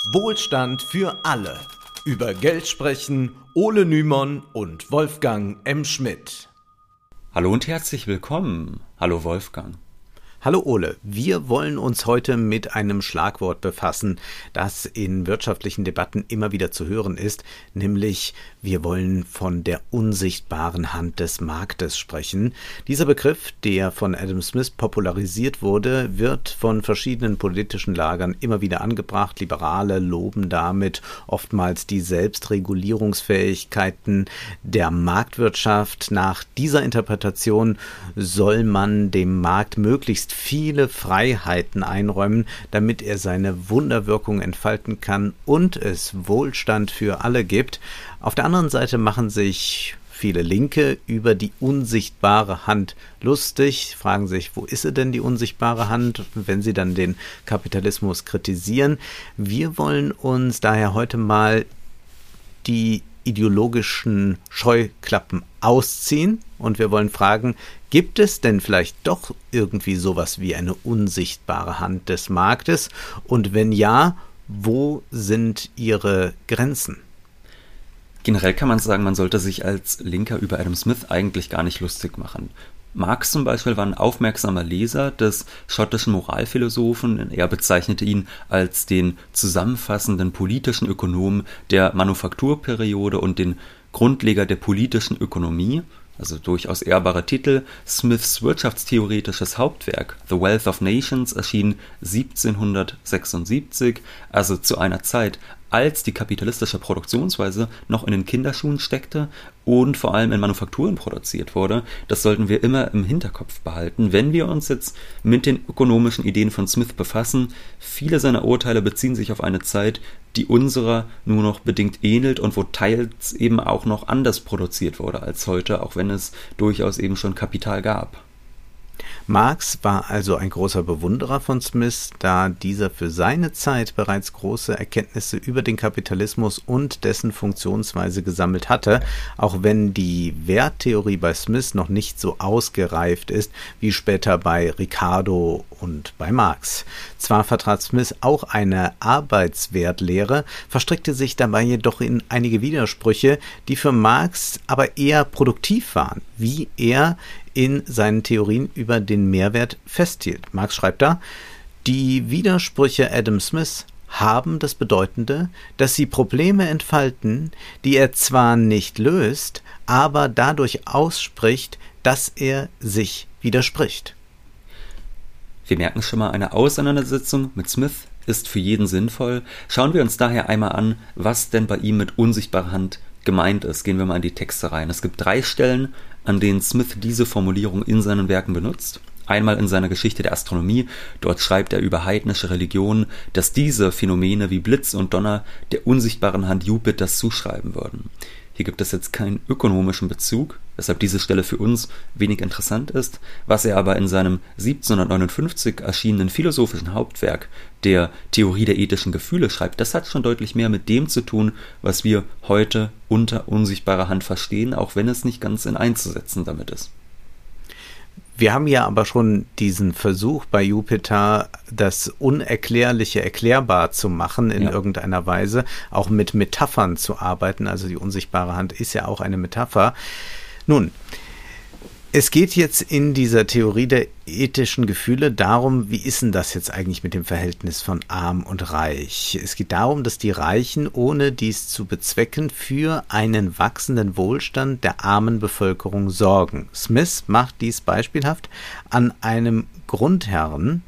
Wohlstand für alle. Über Geld sprechen Ole Nymon und Wolfgang M. Schmidt. Hallo und herzlich willkommen. Hallo Wolfgang. Hallo Ole, wir wollen uns heute mit einem Schlagwort befassen, das in wirtschaftlichen Debatten immer wieder zu hören ist, nämlich wir wollen von der unsichtbaren Hand des Marktes sprechen. Dieser Begriff, der von Adam Smith popularisiert wurde, wird von verschiedenen politischen Lagern immer wieder angebracht. Liberale loben damit oftmals die Selbstregulierungsfähigkeiten der Marktwirtschaft. Nach dieser Interpretation soll man dem Markt möglichst viele Freiheiten einräumen, damit er seine Wunderwirkung entfalten kann und es Wohlstand für alle gibt. Auf der anderen Seite machen sich viele Linke über die unsichtbare Hand lustig, fragen sich, wo ist sie denn, die unsichtbare Hand, wenn sie dann den Kapitalismus kritisieren. Wir wollen uns daher heute mal die ideologischen Scheuklappen ausziehen und wir wollen fragen, gibt es denn vielleicht doch irgendwie sowas wie eine unsichtbare Hand des Marktes? Und wenn ja, wo sind ihre Grenzen? Generell kann man sagen, man sollte sich als Linker über Adam Smith eigentlich gar nicht lustig machen. Marx zum Beispiel war ein aufmerksamer Leser des schottischen Moralphilosophen. Er bezeichnete ihn als den zusammenfassenden politischen Ökonom der Manufakturperiode und den Grundleger der politischen Ökonomie. Also durchaus ehrbarer Titel. Smiths wirtschaftstheoretisches Hauptwerk The Wealth of Nations erschien 1776, also zu einer Zeit, als die kapitalistische Produktionsweise noch in den Kinderschuhen steckte und vor allem in Manufakturen produziert wurde. Das sollten wir immer im Hinterkopf behalten, wenn wir uns jetzt mit den ökonomischen Ideen von Smith befassen. Viele seiner Urteile beziehen sich auf eine Zeit, die unserer nur noch bedingt ähnelt und wo teils eben auch noch anders produziert wurde als heute, auch wenn es durchaus eben schon Kapital gab. Marx war also ein großer Bewunderer von Smith, da dieser für seine Zeit bereits große Erkenntnisse über den Kapitalismus und dessen Funktionsweise gesammelt hatte, auch wenn die Werttheorie bei Smith noch nicht so ausgereift ist wie später bei Ricardo und bei Marx. Zwar vertrat Smith auch eine Arbeitswertlehre, verstrickte sich dabei jedoch in einige Widersprüche, die für Marx aber eher produktiv waren, wie er in seinen Theorien über den Mehrwert festhielt. Marx schreibt da, die Widersprüche Adam Smiths haben das Bedeutende, dass sie Probleme entfalten, die er zwar nicht löst, aber dadurch ausspricht, dass er sich widerspricht. Wir merken schon mal, eine Auseinandersetzung mit Smith ist für jeden sinnvoll. Schauen wir uns daher einmal an, was denn bei ihm mit unsichtbarer Hand gemeint ist. Gehen wir mal in die Texte rein. Es gibt 3 Stellen, an denen Smith diese Formulierung in seinen Werken benutzt. Einmal in seiner Geschichte der Astronomie, dort schreibt er über heidnische Religionen, dass diese Phänomene wie Blitz und Donner der unsichtbaren Hand Jupiters zuschreiben würden. Hier gibt es jetzt keinen ökonomischen Bezug, weshalb diese Stelle für uns wenig interessant ist. Was er aber in seinem 1759 erschienenen philosophischen Hauptwerk, der Theorie der ethischen Gefühle, schreibt, das hat schon deutlich mehr mit dem zu tun, was wir heute unter unsichtbarer Hand verstehen, auch wenn es nicht ganz in einzusetzen damit ist. Wir haben ja aber schon diesen Versuch bei Jupiter, das Unerklärliche erklärbar zu machen in irgendeiner Weise, auch mit Metaphern zu arbeiten. Also die unsichtbare Hand ist ja auch eine Metapher. Nun, es geht jetzt in dieser Theorie der ethischen Gefühle darum, wie ist denn das jetzt eigentlich mit dem Verhältnis von Arm und Reich? Es geht darum, dass die Reichen, ohne dies zu bezwecken, für einen wachsenden Wohlstand der armen Bevölkerung sorgen. Smith macht dies beispielhaft an einem Grundherrn,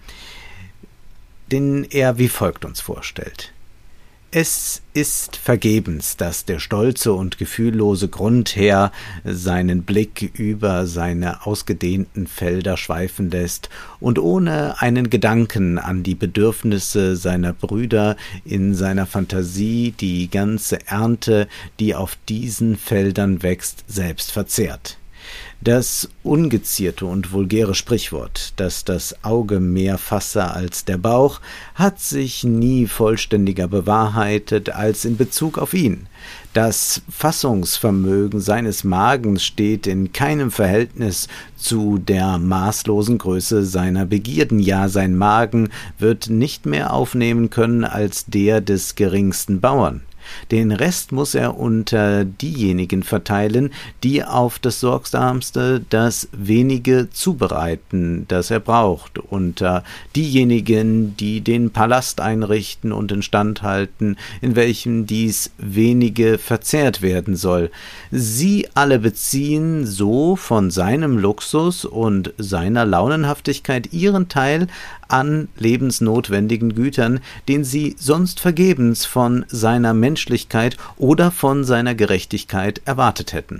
den er wie folgt uns vorstellt. Es ist vergebens, dass der stolze und gefühllose Grundherr seinen Blick über seine ausgedehnten Felder schweifen lässt und ohne einen Gedanken an die Bedürfnisse seiner Brüder in seiner Fantasie die ganze Ernte, die auf diesen Feldern wächst, selbst verzehrt. Das ungezierte und vulgäre Sprichwort, dass das Auge mehr fasse als der Bauch, hat sich nie vollständiger bewahrheitet als in Bezug auf ihn. Das Fassungsvermögen seines Magens steht in keinem Verhältnis zu der maßlosen Größe seiner Begierden, ja, sein Magen wird nicht mehr aufnehmen können als der des geringsten Bauern. Den Rest muss er unter diejenigen verteilen, die auf das Sorgsamste das wenige zubereiten, das er braucht, unter diejenigen, die den Palast einrichten und instand halten, in welchem dies wenige verzehrt werden soll. Sie alle beziehen so von seinem Luxus und seiner Launenhaftigkeit ihren Teil an lebensnotwendigen Gütern, den sie sonst vergebens von seiner Menschlichkeit oder von seiner Gerechtigkeit erwartet hätten.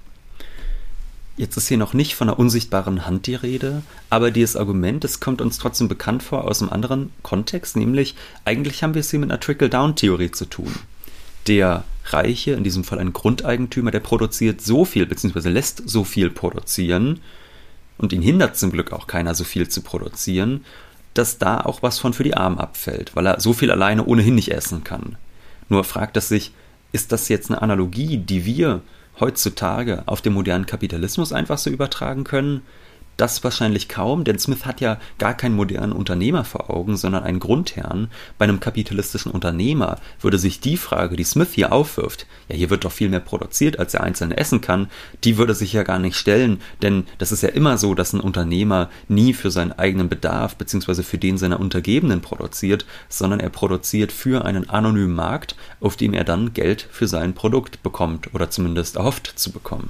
Jetzt ist hier noch nicht von einer unsichtbaren Hand die Rede, aber dieses Argument, das kommt uns trotzdem bekannt vor aus einem anderen Kontext, nämlich eigentlich haben wir es hier mit einer Trickle-Down-Theorie zu tun. Der Reiche, in diesem Fall ein Grundeigentümer, der produziert so viel, beziehungsweise lässt so viel produzieren, und ihn hindert zum Glück auch keiner, so viel zu produzieren, dass da auch was von für die Armen abfällt, weil er so viel alleine ohnehin nicht essen kann. Nur fragt es sich, ist das jetzt eine Analogie, die wir heutzutage auf den modernen Kapitalismus einfach so übertragen können? Das wahrscheinlich kaum, denn Smith hat ja gar keinen modernen Unternehmer vor Augen, sondern einen Grundherrn. Bei einem kapitalistischen Unternehmer würde sich die Frage, die Smith hier aufwirft, ja, hier wird doch viel mehr produziert, als der Einzelne essen kann, die würde sich ja gar nicht stellen, denn das ist ja immer so, dass ein Unternehmer nie für seinen eigenen Bedarf bzw. für den seiner Untergebenen produziert, sondern er produziert für einen anonymen Markt, auf dem er dann Geld für sein Produkt bekommt oder zumindest erhofft zu bekommen.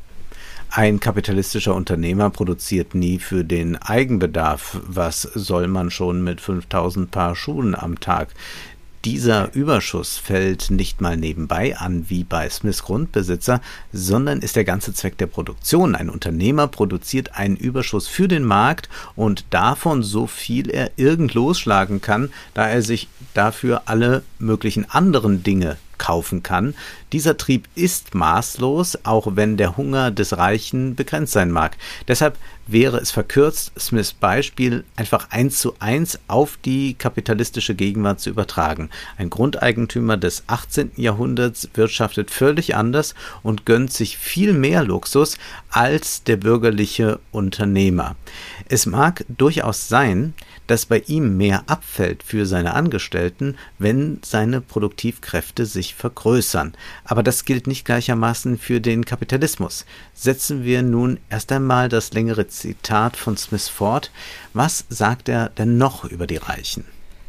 Ein kapitalistischer Unternehmer produziert nie für den Eigenbedarf. Was soll man schon mit 5000 Paar Schuhen am Tag? Dieser Überschuss fällt nicht mal nebenbei an wie bei Smiths Grundbesitzer, sondern ist der ganze Zweck der Produktion. Ein Unternehmer produziert einen Überschuss für den Markt und davon so viel er irgend losschlagen kann, da er sich dafür alle möglichen anderen Dinge kaufen kann. Dieser Trieb ist maßlos, auch wenn der Hunger des Reichen begrenzt sein mag. Deshalb wäre es verkürzt, Smiths Beispiel einfach 1:1 auf die kapitalistische Gegenwart zu übertragen. Ein Grundeigentümer des 18. Jahrhunderts wirtschaftet völlig anders und gönnt sich viel mehr Luxus als der bürgerliche Unternehmer. Es mag durchaus sein, dass bei ihm mehr abfällt für seine Angestellten, wenn seine Produktivkräfte sich vergrößern. Aber das gilt nicht gleichermaßen für den Kapitalismus. Setzen wir nun erst einmal das längere Zitat von Smith fort. Was sagt er denn noch über die Reichen?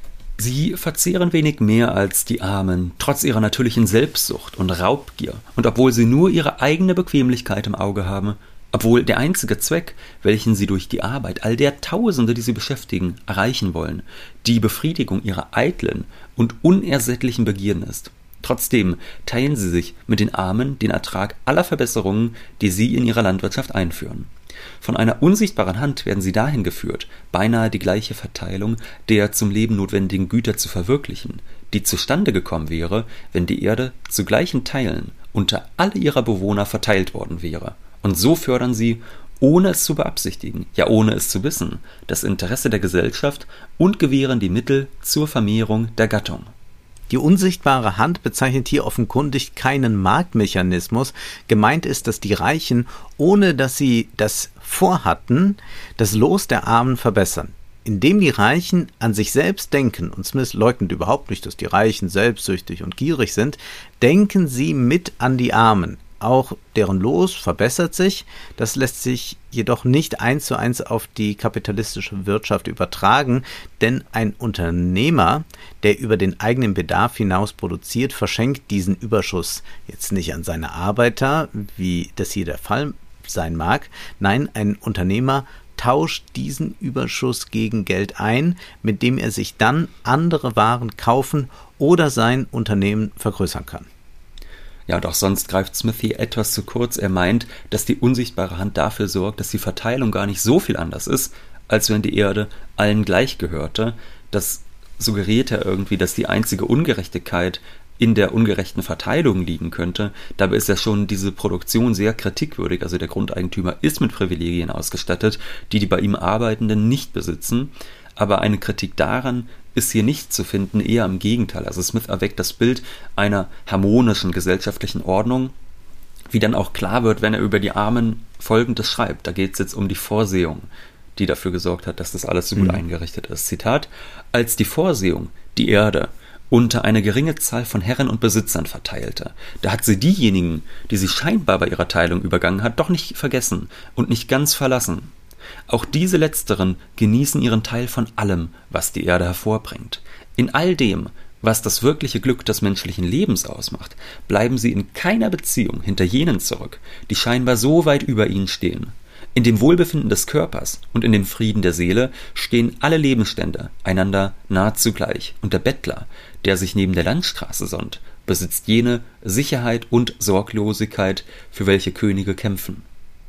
Sie verzehren wenig mehr als die Armen, trotz ihrer natürlichen Selbstsucht und Raubgier. Und obwohl sie nur ihre eigene Bequemlichkeit im Auge haben, obwohl der einzige Zweck, welchen sie durch die Arbeit all der Tausende, die sie beschäftigen, erreichen wollen, die Befriedigung ihrer eitlen und unersättlichen Begierden ist. Trotzdem teilen sie sich mit den Armen den Ertrag aller Verbesserungen, die sie in ihrer Landwirtschaft einführen. Von einer unsichtbaren Hand werden sie dahin geführt, beinahe die gleiche Verteilung der zum Leben notwendigen Güter zu verwirklichen, die zustande gekommen wäre, wenn die Erde zu gleichen Teilen unter alle ihrer Bewohner verteilt worden wäre. Und so fördern sie, ohne es zu beabsichtigen, ja ohne es zu wissen, das Interesse der Gesellschaft und gewähren die Mittel zur Vermehrung der Gattung. Die unsichtbare Hand bezeichnet hier offenkundig keinen Marktmechanismus. Gemeint ist, dass die Reichen, ohne dass sie das vorhatten, das Los der Armen verbessern. Indem die Reichen an sich selbst denken, und Smith leugnet überhaupt nicht, dass die Reichen selbstsüchtig und gierig sind, denken sie mit an die Armen. Auch deren Los verbessert sich, das lässt sich jedoch nicht 1:1 auf die kapitalistische Wirtschaft übertragen, denn ein Unternehmer, der über den eigenen Bedarf hinaus produziert, verschenkt diesen Überschuss jetzt nicht an seine Arbeiter, wie das hier der Fall sein mag. Nein, ein Unternehmer tauscht diesen Überschuss gegen Geld ein, mit dem er sich dann andere Waren kaufen oder sein Unternehmen vergrößern kann. Ja, und auch sonst greift Smith hier etwas zu kurz. Er meint, dass die unsichtbare Hand dafür sorgt, dass die Verteilung gar nicht so viel anders ist, als wenn die Erde allen gleich gehörte. Das suggeriert ja irgendwie, dass die einzige Ungerechtigkeit in der ungerechten Verteilung liegen könnte. Dabei ist ja schon diese Produktion sehr kritikwürdig. Also der Grundeigentümer ist mit Privilegien ausgestattet, die bei ihm Arbeitenden nicht besitzen. Aber eine Kritik daran ist hier nicht zu finden, eher im Gegenteil. Also Smith erweckt das Bild einer harmonischen gesellschaftlichen Ordnung, wie dann auch klar wird, wenn er über die Armen Folgendes schreibt. Da geht es jetzt um die Vorsehung, die dafür gesorgt hat, dass das alles so gut eingerichtet ist. Zitat: Als die Vorsehung die Erde unter eine geringe Zahl von Herren und Besitzern verteilte, da hat sie diejenigen, die sie scheinbar bei ihrer Teilung übergangen hat, doch nicht vergessen und nicht ganz verlassen. Auch diese Letzteren genießen ihren Teil von allem, was die Erde hervorbringt. In all dem, was das wirkliche Glück des menschlichen Lebens ausmacht, bleiben sie in keiner Beziehung hinter jenen zurück, die scheinbar so weit über ihnen stehen. In dem Wohlbefinden des Körpers und in dem Frieden der Seele stehen alle Lebensstände einander nahezu gleich, und der Bettler, der sich neben der Landstraße sonnt, besitzt jene Sicherheit und Sorglosigkeit, für welche Könige kämpfen.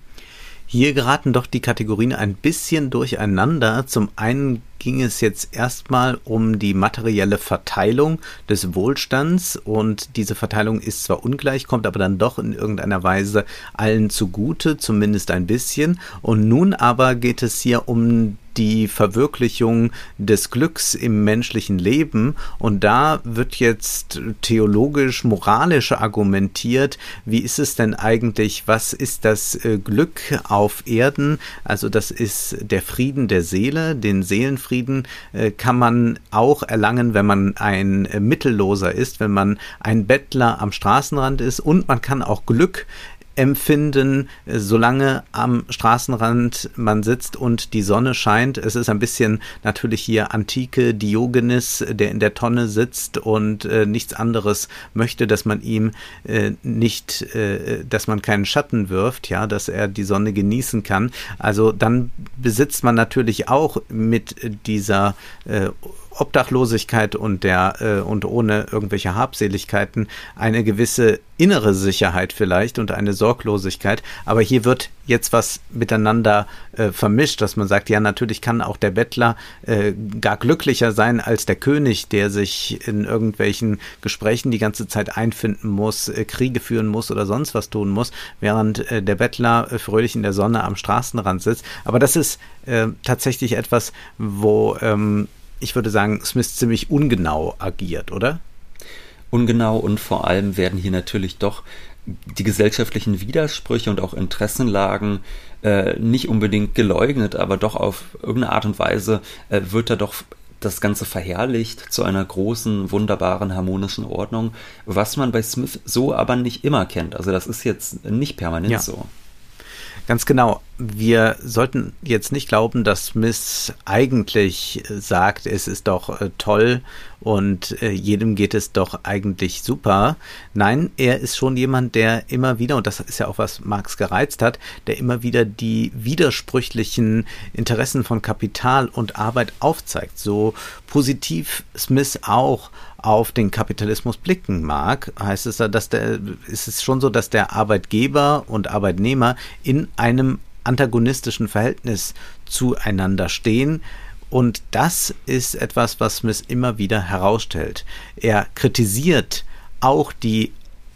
Hier geraten doch die Kategorien ein bisschen durcheinander. Zum einen ging es jetzt erstmal um die materielle Verteilung des Wohlstands, und diese Verteilung ist zwar ungleich, kommt aber dann doch in irgendeiner Weise allen zugute, zumindest ein bisschen. Und nun aber geht es hier um die Verwirklichung des Glücks im menschlichen Leben, und da wird jetzt theologisch, moralisch argumentiert, wie ist es denn eigentlich, was ist das Glück auf Erden? Also das ist der Frieden der Seele, den Seelenfrieden kann man auch erlangen, wenn man ein Mittelloser ist, wenn man ein Bettler am Straßenrand ist, und man kann auch Glück empfinden, solange am Straßenrand man sitzt und die Sonne scheint. Es ist ein bisschen natürlich hier antike Diogenes, der in der Tonne sitzt und nichts anderes möchte, dass man ihm dass man keinen Schatten wirft, ja, dass er die Sonne genießen kann. Also dann besitzt man natürlich auch mit dieser Obdachlosigkeit und ohne irgendwelche Habseligkeiten eine gewisse innere Sicherheit vielleicht und eine Sorglosigkeit, aber hier wird jetzt was miteinander vermischt, dass man sagt, ja, natürlich kann auch der Bettler gar glücklicher sein als der König, der sich in irgendwelchen Gesprächen die ganze Zeit einfinden muss, Kriege führen muss oder sonst was tun muss, während der Bettler fröhlich in der Sonne am Straßenrand sitzt. Aber das ist tatsächlich etwas, wo ich würde sagen, Smith ziemlich ungenau agiert, oder? Ungenau, und vor allem werden hier natürlich doch die gesellschaftlichen Widersprüche und auch Interessenlagen nicht unbedingt geleugnet, aber doch auf irgendeine Art und Weise wird da doch das Ganze verherrlicht zu einer großen, wunderbaren, harmonischen Ordnung, was man bei Smith so aber nicht immer kennt. Also das ist jetzt nicht permanent so. Ganz genau. Wir sollten jetzt nicht glauben, dass Smith eigentlich sagt, es ist doch toll und jedem geht es doch eigentlich super. Nein, er ist schon jemand, der immer wieder, und das ist ja auch, was Marx gereizt hat, der immer wieder die widersprüchlichen Interessen von Kapital und Arbeit aufzeigt. So positiv Smith auch auf den Kapitalismus blicken mag, heißt es, ist es schon so, dass der Arbeitgeber und Arbeitnehmer in einem antagonistischen Verhältnis zueinander stehen. Und das ist etwas, was Smith immer wieder herausstellt. Er kritisiert auch die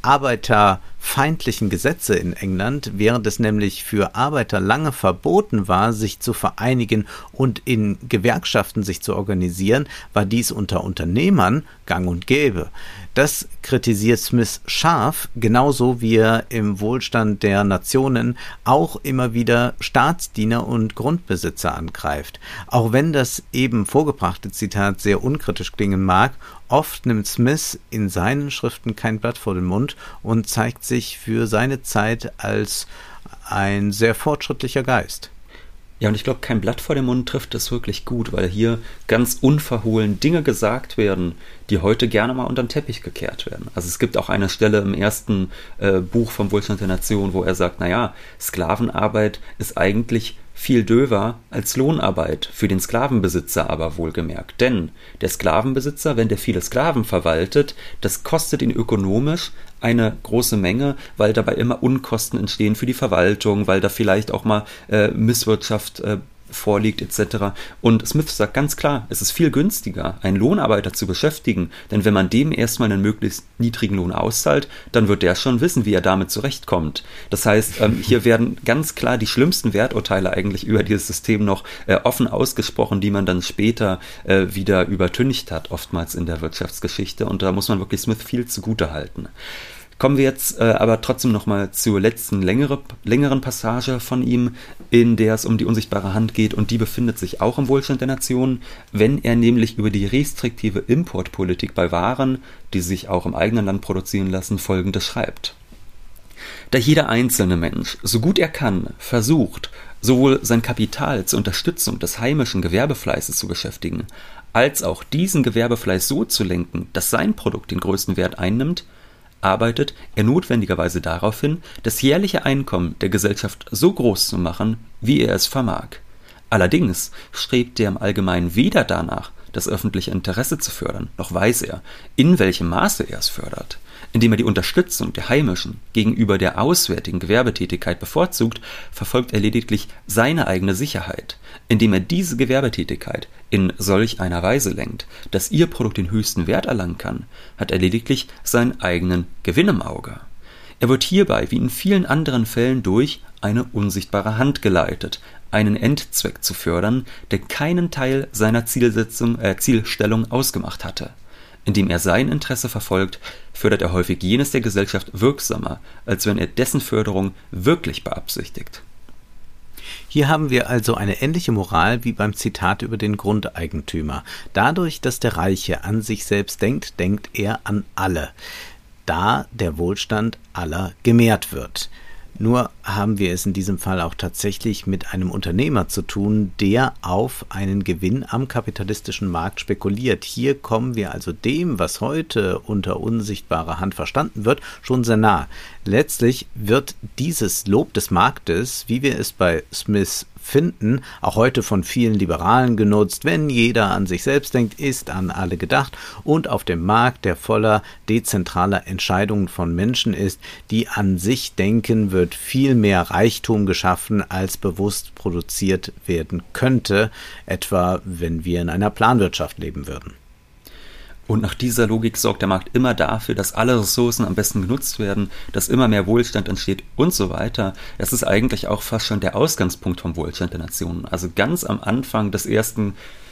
arbeiterfeindlichen Gesetze in England, während es nämlich für Arbeiter lange verboten war, sich zu vereinigen und in Gewerkschaften sich zu organisieren, war dies unter Unternehmern gang und gäbe. Das kritisiert Smith scharf, genauso wie er im Wohlstand der Nationen auch immer wieder Staatsdiener und Grundbesitzer angreift. Auch wenn das eben vorgebrachte Zitat sehr unkritisch klingen mag, oft nimmt Smith in seinen Schriften kein Blatt vor den Mund und zeigt sich für seine Zeit als ein sehr fortschrittlicher Geist. Ja, und ich glaube, kein Blatt vor dem Mund trifft das wirklich gut, weil hier ganz unverhohlen Dinge gesagt werden, die heute gerne mal unter den Teppich gekehrt werden. Also es gibt auch eine Stelle im ersten Buch vom Wohlstand der Nation, wo er sagt, naja, Sklavenarbeit ist eigentlich viel döver als Lohnarbeit, für den Sklavenbesitzer aber wohlgemerkt. Denn der Sklavenbesitzer, wenn der viele Sklaven verwaltet, das kostet ihn ökonomisch eine große Menge, weil dabei immer Unkosten entstehen für die Verwaltung, weil da vielleicht auch mal Misswirtschaft vorliegt etc. Und Smith sagt ganz klar, es ist viel günstiger, einen Lohnarbeiter zu beschäftigen, denn wenn man dem erstmal einen möglichst niedrigen Lohn auszahlt, dann wird der schon wissen, wie er damit zurechtkommt. Das heißt, hier werden ganz klar die schlimmsten Werturteile eigentlich über dieses System noch offen ausgesprochen, die man dann später wieder übertüncht hat, oftmals in der Wirtschaftsgeschichte, und da muss man wirklich Smith viel zugute halten. Kommen wir jetzt aber trotzdem nochmal zur letzten längeren Passage von ihm, in der es um die unsichtbare Hand geht, und die befindet sich auch im Wohlstand der Nationen, wenn er nämlich über die restriktive Importpolitik bei Waren, die sich auch im eigenen Land produzieren lassen, Folgendes schreibt. Da jeder einzelne Mensch, so gut er kann, versucht, sowohl sein Kapital zur Unterstützung des heimischen Gewerbefleißes zu beschäftigen, als auch diesen Gewerbefleiß so zu lenken, dass sein Produkt den größten Wert einnimmt, arbeitet er notwendigerweise darauf hin, das jährliche Einkommen der Gesellschaft so groß zu machen, wie er es vermag. Allerdings strebt er im Allgemeinen weder danach, das öffentliche Interesse zu fördern, noch weiß er, in welchem Maße er es fördert. Indem er die Unterstützung der heimischen gegenüber der auswärtigen Gewerbetätigkeit bevorzugt, verfolgt er lediglich seine eigene Sicherheit. Indem er diese Gewerbetätigkeit in solch einer Weise lenkt, dass ihr Produkt den höchsten Wert erlangen kann, hat er lediglich seinen eigenen Gewinn im Auge. Er wird hierbei, wie in vielen anderen Fällen, durch eine unsichtbare Hand geleitet, einen Endzweck zu fördern, der keinen Teil seiner Zielstellung ausgemacht hatte. Indem er sein Interesse verfolgt, fördert er häufig jenes der Gesellschaft wirksamer, als wenn er dessen Förderung wirklich beabsichtigt. Hier haben wir also eine ähnliche Moral wie beim Zitat über den Grundeigentümer. Dadurch, dass der Reiche an sich selbst denkt, denkt er an alle, da der Wohlstand aller gemehrt wird. Nur haben wir es in diesem Fall auch tatsächlich mit einem Unternehmer zu tun, der auf einen Gewinn am kapitalistischen Markt spekuliert. Hier kommen wir also dem, was heute unter unsichtbarer Hand verstanden wird, schon sehr nah. Letztlich wird dieses Lob des Marktes, wie wir es bei Smith finden, auch heute von vielen Liberalen genutzt. Wenn jeder an sich selbst denkt, ist an alle gedacht, und auf dem Markt, der voller dezentraler Entscheidungen von Menschen ist, die an sich denken, wird viel mehr Reichtum geschaffen, als bewusst produziert werden könnte, etwa wenn wir in einer Planwirtschaft leben würden. Und nach dieser Logik sorgt der Markt immer dafür, dass alle Ressourcen am besten genutzt werden, dass immer mehr Wohlstand entsteht und so weiter. Das ist eigentlich auch fast schon der Ausgangspunkt vom Wohlstand der Nationen. Also ganz am Anfang des ersten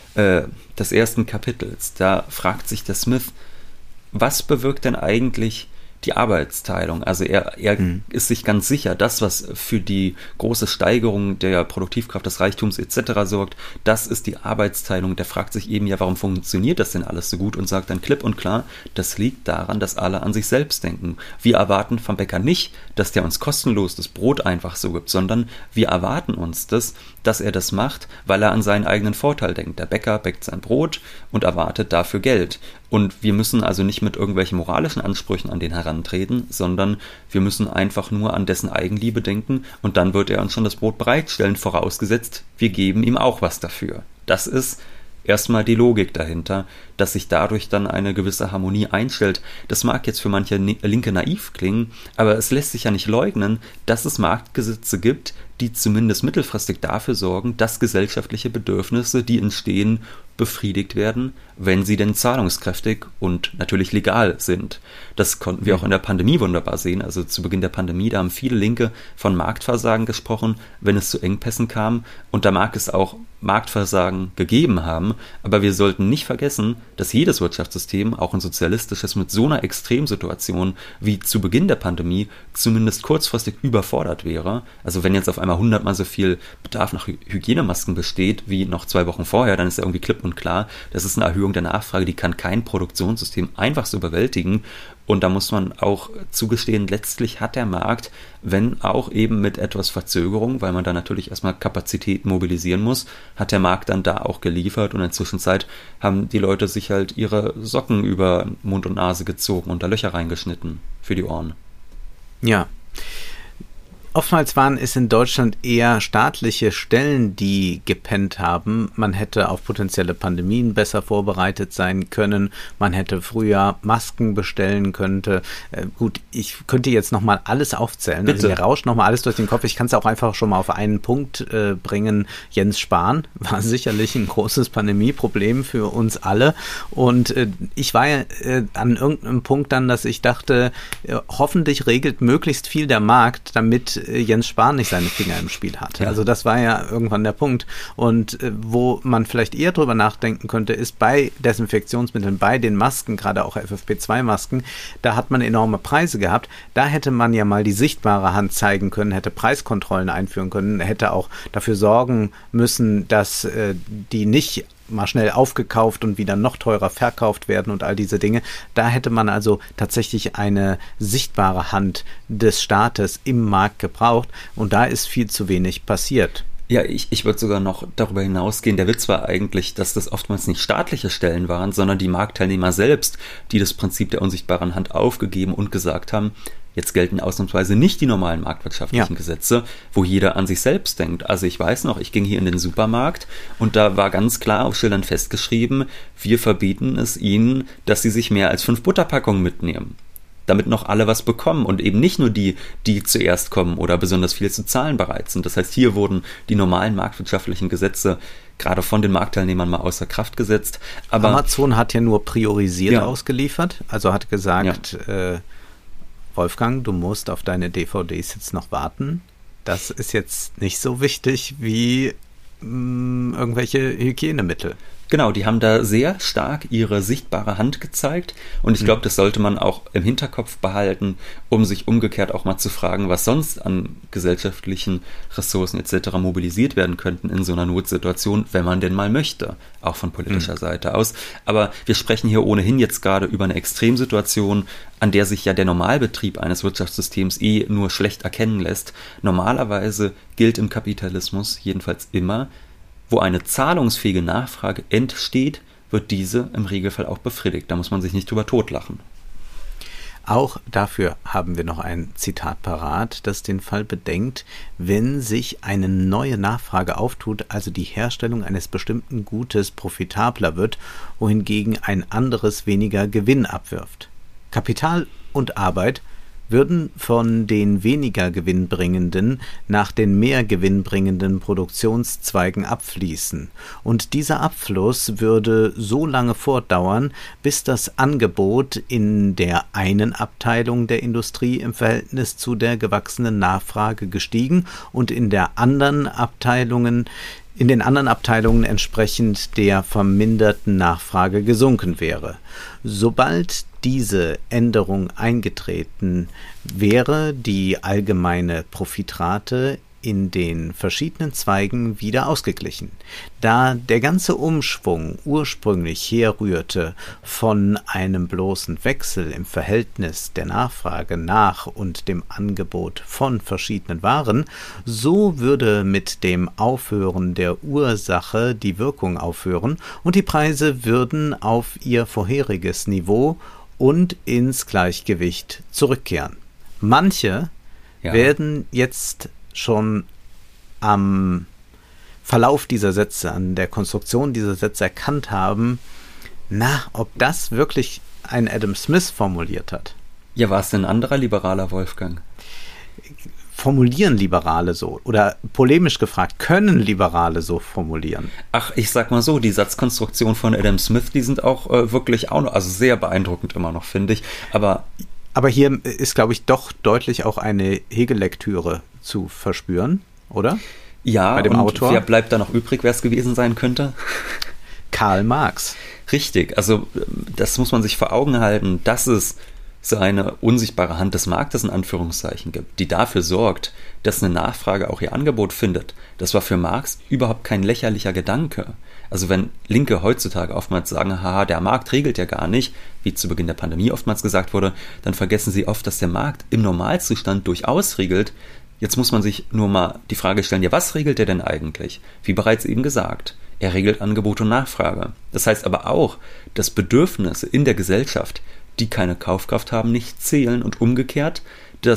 Kapitels, da fragt sich der Smith, was bewirkt denn eigentlich die Arbeitsteilung? Also er ist sich ganz sicher, das, was für die große Steigerung der Produktivkraft des Reichtums etc. sorgt, das ist die Arbeitsteilung. Der fragt sich eben ja, warum funktioniert das denn alles so gut, und sagt dann klipp und klar, das liegt daran, dass alle an sich selbst denken. Wir erwarten vom Bäcker nicht, dass der uns kostenlos das Brot einfach so gibt, sondern wir erwarten uns das, dass er das macht, weil er an seinen eigenen Vorteil denkt. Der Bäcker bäckt sein Brot und erwartet dafür Geld. Und wir müssen also nicht mit irgendwelchen moralischen Ansprüchen an den herantreten, sondern wir müssen einfach nur an dessen Eigenliebe denken, und dann wird er uns schon das Brot bereitstellen, vorausgesetzt, wir geben ihm auch was dafür. Das ist erstmal die Logik dahinter, dass sich dadurch dann eine gewisse Harmonie einstellt. Das mag jetzt für manche Linke naiv klingen, aber es lässt sich ja nicht leugnen, dass es Marktgesetze gibt, die zumindest mittelfristig dafür sorgen, dass gesellschaftliche Bedürfnisse, die entstehen, befriedigt werden, wenn sie denn zahlungskräftig und natürlich legal sind. Das konnten wir auch in der Pandemie wunderbar sehen. Also zu Beginn der Pandemie, da haben viele Linke von Marktversagen gesprochen, wenn es zu Engpässen kam. Und da mag es auch Marktversagen gegeben haben, aber wir sollten nicht vergessen, dass jedes Wirtschaftssystem, auch ein sozialistisches, mit so einer Extremsituation wie zu Beginn der Pandemie zumindest kurzfristig überfordert wäre. Also wenn jetzt auf einmal 100-mal so viel Bedarf nach Hygienemasken besteht wie noch 2 Wochen vorher, dann ist ja irgendwie klipp und klar, das ist eine Erhöhung der Nachfrage, die kann kein Produktionssystem einfach so bewältigen. Und da muss man auch zugestehen, letztlich hat der Markt, wenn auch eben mit etwas Verzögerung, weil man da natürlich erstmal Kapazität mobilisieren muss, hat der Markt dann da auch geliefert, und in der Zwischenzeit haben die Leute sich halt ihre Socken über Mund und Nase gezogen und da Löcher reingeschnitten für die Ohren. Ja. Oftmals waren es in Deutschland eher staatliche Stellen, die gepennt haben. Man hätte auf potenzielle Pandemien besser vorbereitet sein können. Man hätte früher Masken bestellen können. Gut, ich könnte jetzt nochmal alles aufzählen. Bitte. Also mir rauscht nochmal alles durch den Kopf. Ich kann es auch einfach schon mal auf einen Punkt bringen. Jens Spahn war sicherlich ein großes Pandemieproblem für uns alle. Und ich war ja an irgendeinem Punkt dann, dass ich dachte, hoffentlich regelt möglichst viel der Markt, damit Jens Spahn nicht seine Finger im Spiel hat. Ja. Also das war ja irgendwann der Punkt. Und wo man vielleicht eher drüber nachdenken könnte, ist bei Desinfektionsmitteln, bei den Masken, gerade auch FFP2-Masken, da hat man enorme Preise gehabt. Da hätte man ja mal die sichtbare Hand zeigen können, hätte Preiskontrollen einführen können, hätte auch dafür sorgen müssen, dass die nicht mal schnell aufgekauft und wieder noch teurer verkauft werden und all diese Dinge. Da hätte man also tatsächlich eine sichtbare Hand des Staates im Markt gebraucht und da ist viel zu wenig passiert. Ja, ich würde sogar noch darüber hinausgehen. Der Witz war eigentlich, dass das oftmals nicht staatliche Stellen waren, sondern die Marktteilnehmer selbst, die das Prinzip der unsichtbaren Hand aufgegeben und gesagt haben, jetzt gelten ausnahmsweise nicht die normalen marktwirtschaftlichen Gesetze, wo jeder an sich selbst denkt. Also ich weiß noch, ich ging hier in den Supermarkt und da war ganz klar auf Schildern festgeschrieben, wir verbieten es ihnen, dass sie sich mehr als 5 Butterpackungen mitnehmen. Damit noch alle was bekommen und eben nicht nur die zuerst kommen oder besonders viel zu zahlen bereit sind. Das heißt, hier wurden die normalen marktwirtschaftlichen Gesetze gerade von den Marktteilnehmern mal außer Kraft gesetzt. Aber Amazon hat ja nur priorisiert ausgeliefert, also hat gesagt, Wolfgang, du musst auf deine DVDs jetzt noch warten. Das ist jetzt nicht so wichtig wie irgendwelche Hygienemittel. Genau, die haben da sehr stark ihre sichtbare Hand gezeigt und ich glaube, das sollte man auch im Hinterkopf behalten, um sich umgekehrt auch mal zu fragen, was sonst an gesellschaftlichen Ressourcen etc. mobilisiert werden könnten in so einer Notsituation, wenn man denn mal möchte, auch von politischer Seite aus. Aber wir sprechen hier ohnehin jetzt gerade über eine Extremsituation, an der sich ja der Normalbetrieb eines Wirtschaftssystems nur schlecht erkennen lässt. Normalerweise gilt im Kapitalismus jedenfalls immer, wo eine zahlungsfähige Nachfrage entsteht, wird diese im Regelfall auch befriedigt. Da muss man sich nicht drüber totlachen. Auch dafür haben wir noch ein Zitat parat, das den Fall bedenkt, wenn sich eine neue Nachfrage auftut, also die Herstellung eines bestimmten Gutes profitabler wird, wohingegen ein anderes weniger Gewinn abwirft. Kapital und Arbeit würden von den weniger gewinnbringenden nach den mehr gewinnbringenden Produktionszweigen abfließen. Und dieser Abfluss würde so lange fortdauern, bis das Angebot in der einen Abteilung der Industrie im Verhältnis zu der gewachsenen Nachfrage gestiegen und in den anderen Abteilungen entsprechend der verminderten Nachfrage gesunken wäre. Sobald diese Änderung eingetreten wäre, die allgemeine Profitrate in den verschiedenen Zweigen wieder ausgeglichen. Da der ganze Umschwung ursprünglich herrührte von einem bloßen Wechsel im Verhältnis der Nachfrage nach und dem Angebot von verschiedenen Waren, so würde mit dem Aufhören der Ursache die Wirkung aufhören und die Preise würden auf ihr vorheriges Niveau und ins Gleichgewicht zurückkehren. Manche werden jetzt schon am Verlauf dieser Sätze, an der Konstruktion dieser Sätze erkannt haben, ob das wirklich ein Adam Smith formuliert hat. Ja, war es denn ein anderer Liberaler, Wolfgang? Formulieren Liberale so? Oder polemisch gefragt, können Liberale so formulieren? Ach, ich sag mal so, die Satzkonstruktion von Adam Smith, die sind auch wirklich auch noch, also sehr beeindruckend immer noch, finde ich. Aber hier ist, glaube ich, doch deutlich auch eine Hegel-Lektüre zu verspüren, oder? Ja, bei dem und Autor. Wer bleibt da noch übrig, wer es gewesen sein könnte? Karl Marx. Richtig, also das muss man sich vor Augen halten, dass es so eine unsichtbare Hand des Marktes in Anführungszeichen gibt, die dafür sorgt, dass eine Nachfrage auch ihr Angebot findet. Das war für Marx überhaupt kein lächerlicher Gedanke. Also wenn Linke heutzutage oftmals sagen, haha, der Markt regelt ja gar nicht, wie zu Beginn der Pandemie oftmals gesagt wurde, dann vergessen sie oft, dass der Markt im Normalzustand durchaus regelt. Jetzt muss man sich nur mal die Frage stellen, ja, was regelt er denn eigentlich? Wie bereits eben gesagt, er regelt Angebot und Nachfrage. Das heißt aber auch, dass Bedürfnisse in der Gesellschaft, die keine Kaufkraft haben, nicht zählen und umgekehrt, dass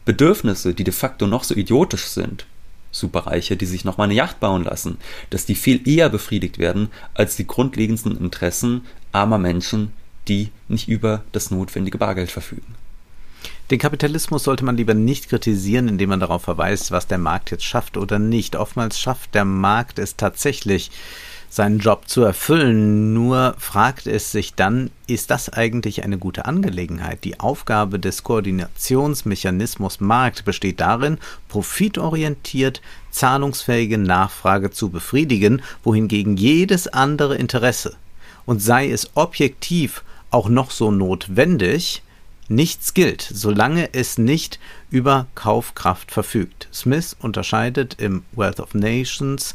Bedürfnisse, die de facto noch so idiotisch sind, Superreiche, die sich nochmal eine Yacht bauen lassen, dass die viel eher befriedigt werden als die grundlegendsten Interessen armer Menschen, die nicht über das notwendige Bargeld verfügen. Den Kapitalismus sollte man lieber nicht kritisieren, indem man darauf verweist, was der Markt jetzt schafft oder nicht. Oftmals schafft der Markt es tatsächlich, seinen Job zu erfüllen. Nur fragt es sich dann, ist das eigentlich eine gute Angelegenheit? Die Aufgabe des Koordinationsmechanismus Markt besteht darin, profitorientiert zahlungsfähige Nachfrage zu befriedigen, wohingegen jedes andere Interesse, und sei es objektiv auch noch so notwendig, nichts gilt, solange es nicht über Kaufkraft verfügt. Smith unterscheidet im Wealth of Nations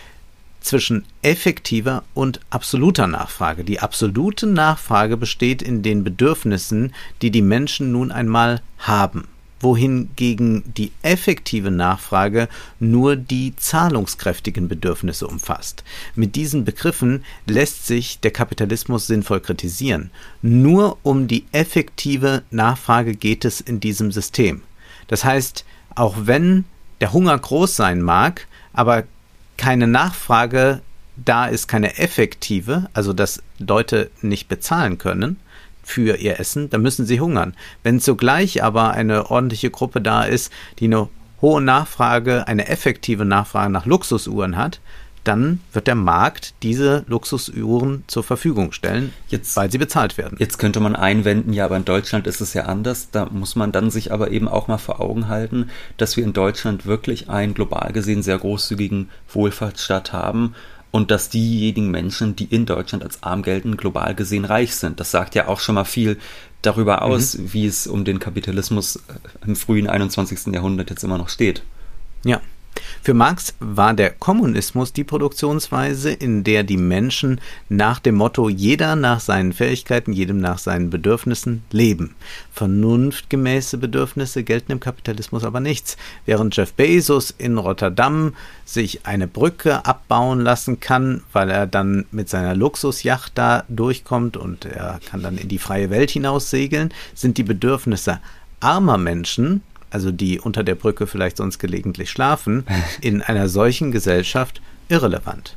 zwischen effektiver und absoluter Nachfrage. Die absolute Nachfrage besteht in den Bedürfnissen, die die Menschen nun einmal haben, wohingegen die effektive Nachfrage nur die zahlungskräftigen Bedürfnisse umfasst. Mit diesen Begriffen lässt sich der Kapitalismus sinnvoll kritisieren. Nur um die effektive Nachfrage geht es in diesem System. Das heißt, auch wenn der Hunger groß sein mag, aber keine Nachfrage da ist, keine effektive, also dass Leute nicht bezahlen können für ihr Essen, dann müssen sie hungern. Wenn zugleich aber eine ordentliche Gruppe da ist, die eine hohe Nachfrage, eine effektive Nachfrage nach Luxusuhren hat, dann wird der Markt diese Luxusuhren zur Verfügung stellen, weil sie bezahlt werden. Jetzt könnte man einwenden, ja, aber in Deutschland ist es ja anders. Da muss man dann sich aber eben auch mal vor Augen halten, dass wir in Deutschland wirklich einen global gesehen sehr großzügigen Wohlfahrtsstaat haben und dass diejenigen Menschen, die in Deutschland als arm gelten, global gesehen reich sind. Das sagt ja auch schon mal viel darüber aus, wie es um den Kapitalismus im frühen 21. Jahrhundert jetzt immer noch steht. Ja. Für Marx war der Kommunismus die Produktionsweise, in der die Menschen nach dem Motto jeder nach seinen Fähigkeiten, jedem nach seinen Bedürfnissen leben. Vernunftgemäße Bedürfnisse gelten im Kapitalismus aber nichts. Während Jeff Bezos in Rotterdam sich eine Brücke abbauen lassen kann, weil er dann mit seiner Luxusjacht da durchkommt und er kann dann in die freie Welt hinaus segeln, sind die Bedürfnisse armer Menschen, also die unter der Brücke vielleicht sonst gelegentlich schlafen, in einer solchen Gesellschaft irrelevant.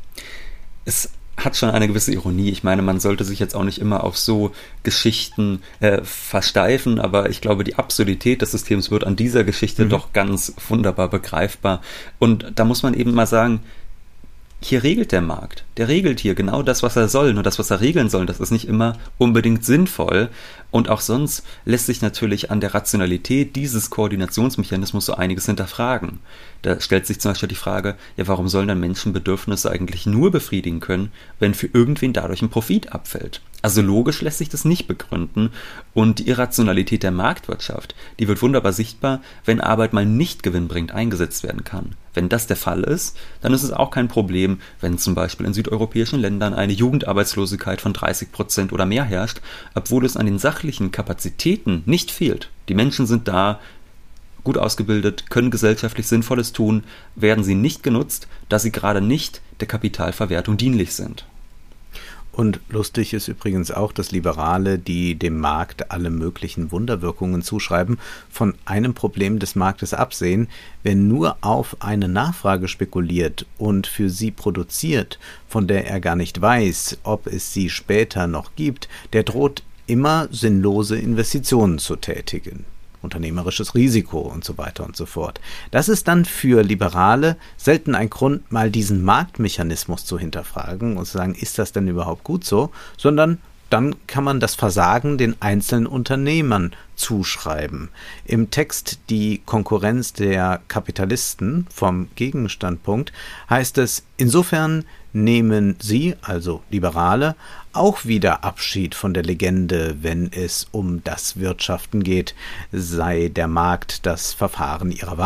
Es hat schon eine gewisse Ironie. Ich meine, man sollte sich jetzt auch nicht immer auf so Geschichten versteifen, aber ich glaube, die Absurdität des Systems wird an dieser Geschichte doch ganz wunderbar begreifbar. Und da muss man eben mal sagen, hier regelt der Markt. Der regelt hier genau das, was er soll. Nur das, was er regeln soll, das ist nicht immer unbedingt sinnvoll. Und auch sonst lässt sich natürlich an der Rationalität dieses Koordinationsmechanismus so einiges hinterfragen. Da stellt sich zum Beispiel die Frage, ja, warum sollen dann Menschen Bedürfnisse eigentlich nur befriedigen können, wenn für irgendwen dadurch ein Profit abfällt? Also logisch lässt sich das nicht begründen. Und die Irrationalität der Marktwirtschaft, die wird wunderbar sichtbar, wenn Arbeit mal nicht gewinnbringend eingesetzt werden kann. Wenn das der Fall ist, dann ist es auch kein Problem, wenn zum Beispiel in südeuropäischen Ländern eine Jugendarbeitslosigkeit von 30% oder mehr herrscht, obwohl es an den sachlichen Kapazitäten nicht fehlt. Die Menschen sind da, gut ausgebildet, können gesellschaftlich Sinnvolles tun, werden sie nicht genutzt, da sie gerade nicht der Kapitalverwertung dienlich sind. Und lustig ist übrigens auch, dass Liberale, die dem Markt alle möglichen Wunderwirkungen zuschreiben, von einem Problem des Marktes absehen. Wer nur auf eine Nachfrage spekuliert und für sie produziert, von der er gar nicht weiß, ob es sie später noch gibt, der droht immer sinnlose Investitionen zu tätigen. Unternehmerisches Risiko und so weiter und so fort. Das ist dann für Liberale selten ein Grund, mal diesen Marktmechanismus zu hinterfragen und zu sagen, ist das denn überhaupt gut so? Sondern dann kann man das Versagen den einzelnen Unternehmern zuschreiben. Im Text Die Konkurrenz der Kapitalisten vom Gegenstandpunkt heißt es, insofern nehmen sie, also Liberale, auch wieder Abschied von der Legende, wenn es um das Wirtschaften geht, sei der Markt das Verfahren ihrer Wahl.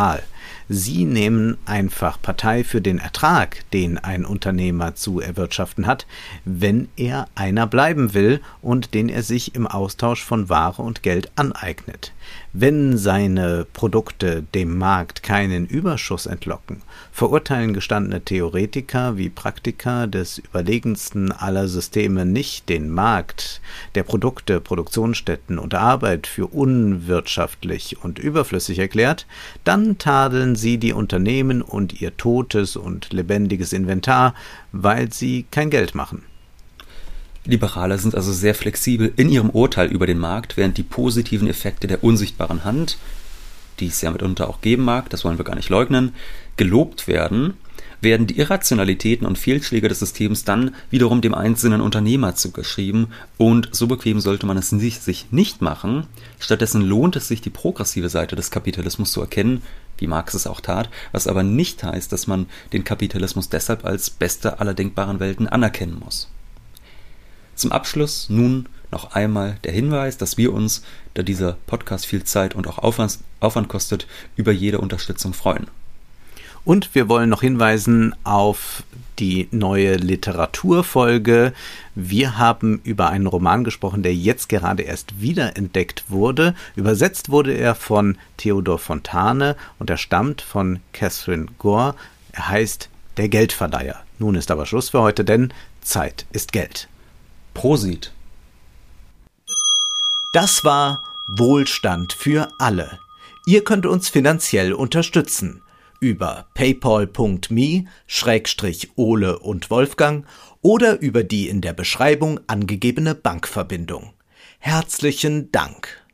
Sie nehmen einfach Partei für den Ertrag, den ein Unternehmer zu erwirtschaften hat, wenn er einer bleiben will und den er sich im Austausch von Ware und Geld aneignet. Wenn seine Produkte dem Markt keinen Überschuss entlocken, verurteilen gestandene Theoretiker wie Praktiker des überlegensten aller Systeme nicht den Markt, der Produkte, Produktionsstätten und Arbeit für unwirtschaftlich und überflüssig erklärt, dann tadeln sie die Unternehmen und ihr totes und lebendiges Inventar, weil sie kein Geld machen. Liberale sind also sehr flexibel in ihrem Urteil über den Markt, während die positiven Effekte der unsichtbaren Hand, die es ja mitunter auch geben mag, das wollen wir gar nicht leugnen, gelobt werden, werden die Irrationalitäten und Fehlschläge des Systems dann wiederum dem einzelnen Unternehmer zugeschrieben, und so bequem sollte man es sich nicht machen. Stattdessen lohnt es sich, die progressive Seite des Kapitalismus zu erkennen, wie Marx es auch tat, was aber nicht heißt, dass man den Kapitalismus deshalb als beste aller denkbaren Welten anerkennen muss. Zum Abschluss nun noch einmal der Hinweis, dass wir uns, da dieser Podcast viel Zeit und auch Aufwand kostet, über jede Unterstützung freuen. Und wir wollen noch hinweisen auf die neue Literaturfolge. Wir haben über einen Roman gesprochen, der jetzt gerade erst wiederentdeckt wurde. Übersetzt wurde er von Theodor Fontane und er stammt von Catherine Gore. Er heißt Der Geldverleiher. Nun ist aber Schluss für heute, denn Zeit ist Geld. Prosit! Das war Wohlstand für alle. Ihr könnt uns finanziell unterstützen über paypal.me/Ole und Wolfgang oder über die in der Beschreibung angegebene Bankverbindung. Herzlichen Dank!